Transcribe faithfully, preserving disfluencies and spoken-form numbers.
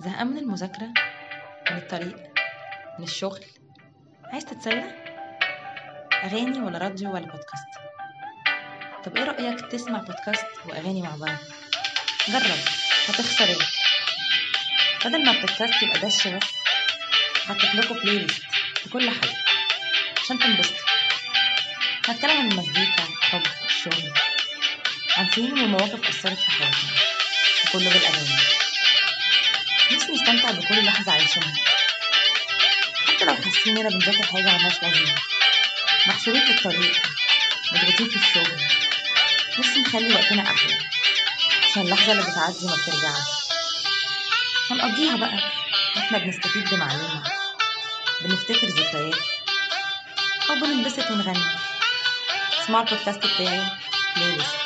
زهقان من المذاكرة، من الطريق، من الشغل، عايز تتسلى؟ أغاني ولا راديو ولا بودكاست؟ طب إيه رأيك تسمع بودكاست وأغاني مع بعض؟ جرب، هتخسر إيه؟ بدل ما البودكاست يبقى دش بس، حطيت لكم بلاي ليست بكل حاجة عشان تنبسطوا. هنتكلم عن المزيكا، الحب، الشغل، عن سنين ومواقف أثرت في حياتنا، وكله بالأغاني. نفسي نستمتع بكل لحظة عايشينها، حتى لو حاسين إننا بنذاكر حاجة ملهاش لازمة، محصورين في الطريق، مضغوطين في الشغل. نفسي نخلي وقتنا أحلى، عشان اللحظة اللي بتعدي ما بترجعش. هنقضيها بقى واحنا بنستفيد بمعلومة، بنفتكر ذكريات، أو بننبسط ونغني. اسمعوا البودكاست بتاعي بلاي ليست.